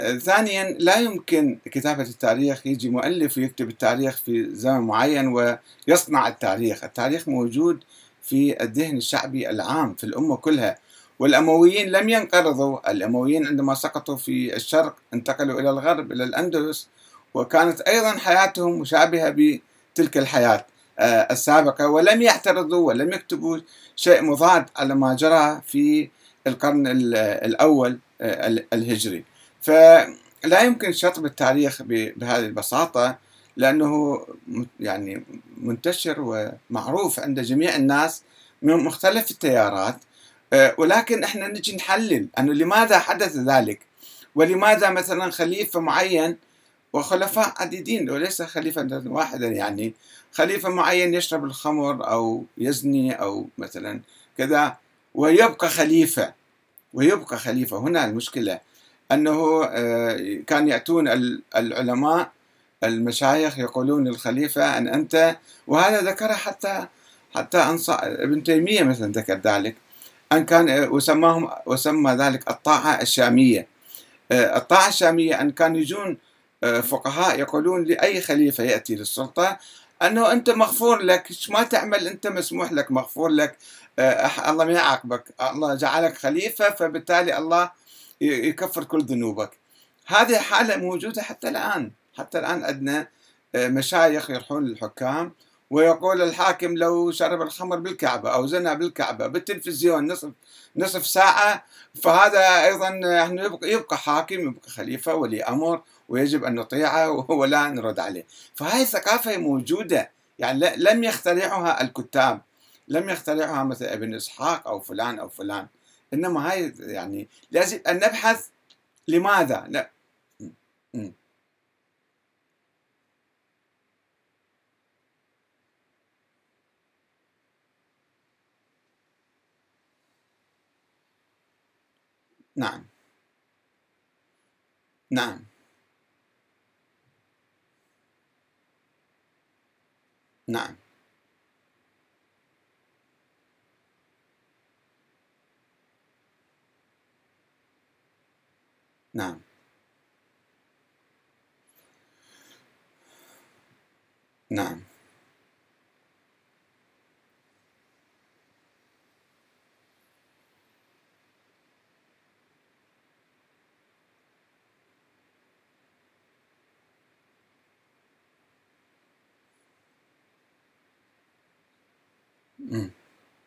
ثانيا لا يمكن كتابة التاريخ، يجي مؤلف ويكتب التاريخ في زمن معين ويصنع التاريخ. التاريخ موجود في الذهن الشعبي العام في الأمة كلها. والأمويين لم ينقرضوا. الأمويين عندما سقطوا في الشرق انتقلوا إلى الغرب إلى الأندلس، وكانت أيضا حياتهم مشابهة بتلك الحياة السابقة، ولم يعترضوا ولم يكتبوا شيء مضاد على ما جرى في القرن الأول الهجري. فلا يمكن شطب التاريخ بهذه البساطة، لأنه يعني منتشر ومعروف عند جميع الناس من مختلف التيارات. ولكن احنا نجي نحلل أنه لماذا حدث ذلك، ولماذا مثلا خليفة معين وخلفاء عديدين وليس خليفة واحدا، يعني خليفة معين يشرب الخمر أو يزني أو مثلا كذا ويبقى خليفة. ويبقى خليفة. هنا المشكلة أنه كان يأتون العلماء المشايخ يقولون للخليفة أن أنت، وهذا ذكره حتى ابن تيمية مثلا ذكر ذلك، أن كان وسمى ذلك الطاعة الشامية. الطاعة الشامية أن كانوا يجون فقهاء يقولون لأي خليفة يأتي للسلطة أنه أنت مغفور لك، ما تعمل أنت مسموح لك، مغفور لك، الله ما يعاقبك، الله جعلك خليفة فبالتالي الله يكفر كل ذنوبك. هذه حالة موجودة حتى الآن. حتى الآن عندنا مشايخ يروحون للحكام ويقول الحاكم لو شرب الخمر بالكعبة أو زنى بالكعبة بالتلفزيون نصف ساعة فهذا أيضا يبقى حاكم، يبقى خليفة ولي أمر ويجب أن نطيعه ولا نرد عليه. فهذه الثقافة موجودة، يعني لم يخترعها الكتاب، لم يخترعها مثلا ابن إسحاق أو فلان أو فلان، إنما هاي يعني لازم أن نبحث لماذا. لا. نعم. نعم. نعم. نعم. نعم. مم.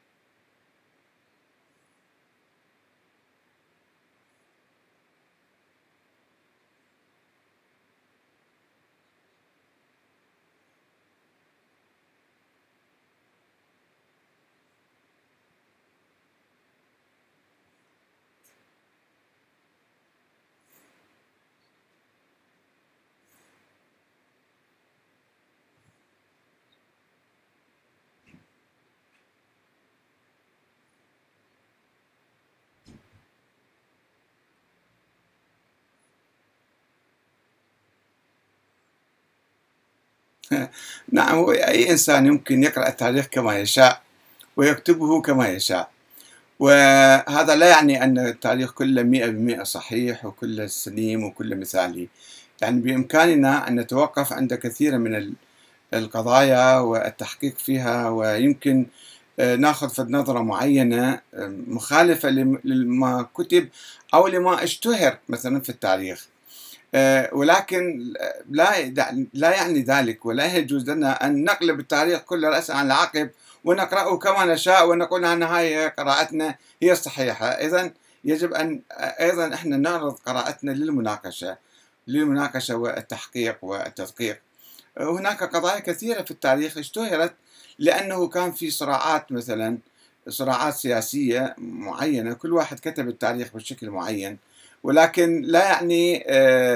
نعم. هو أي إنسان يمكن يقرأ التاريخ كما يشاء ويكتبه كما يشاء، وهذا لا يعني أن التاريخ كله 100% صحيح وكله سليم وكله مثالي. يعني بإمكاننا أن نتوقف عند كثير من القضايا والتحقيق فيها، ويمكن ناخذ في نظرة معينة مخالفة لما كتب أو لما اشتهر مثلا في التاريخ. ولكن لا يعني ذلك، ولا يجوز لنا أن نقلب التاريخ كله رأسا على عقب ونقرأه كما نشاء ونقول أن هاي قراءتنا هي الصحيحة. إذن يجب أن أيضا إحنا نعرض قراءتنا للمناقشة والتحقيق والتدقيق. هناك قضايا كثيرة في التاريخ اشتهرت لأنه كان في صراعات، مثلا صراعات سياسية معينة، كل واحد كتب التاريخ بشكل معين، ولكن لا يعني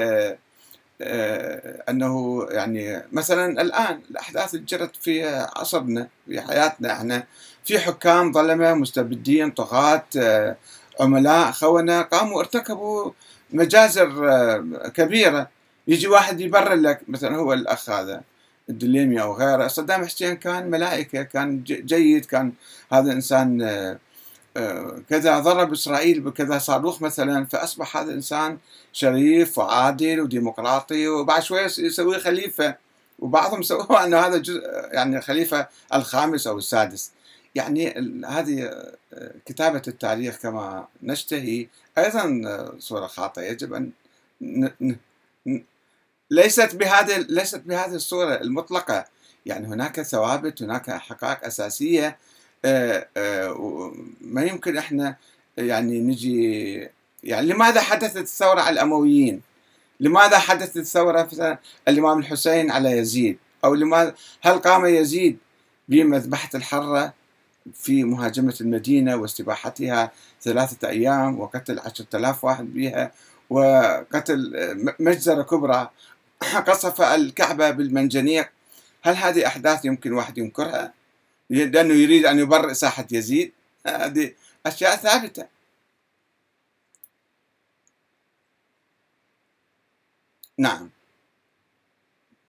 أنه يعني مثلا الآن الأحداث اللي جرت في عصرنا في حياتنا احنا، في حكام ظلمة مستبدين طغاة عملاء خونة قاموا ارتكبوا مجازر كبيرة. يجي واحد يبرر لك، مثلا هو الأخ هذا الدليمي أو غيره، صدام حسين كان ملائكة، كان جيد، كان هذا إنسان كذا ضرب إسرائيل بكذا صاروخ مثلا، فأصبح هذا الإنسان شريف وعادل وديمقراطي، وبعد شوية يسويه خليفة، وبعضهم سووه أنه هذا جزء يعني خليفة الخامس أو السادس. يعني هذه كتابة التاريخ كما نشتهي أيضا صورة خاطئة. يجب أن ن- ن- ن- ليست بهذه الصورة المطلقة. يعني هناك ثوابت، هناك حقائق أساسية. ما يمكن احنا يعني نجي. يعني لماذا حدثت الثورة على الأمويين؟ لماذا حدثت الثورة مثلا الإمام الحسين على يزيد؟ أو لماذا هل قام يزيد بمذبحة الحرة في مهاجمة المدينة واستباحتها 3 أيام وقتل 10,000 واحد بها، وقتل مجزرة كبرى، قصف الكعبة بالمنجنيق؟ هل هذه أحداث يمكن واحد ينكرها لأنه يريد أن يبرئ ساحة يزيد؟ هذه أشياء ثابتة. نعم.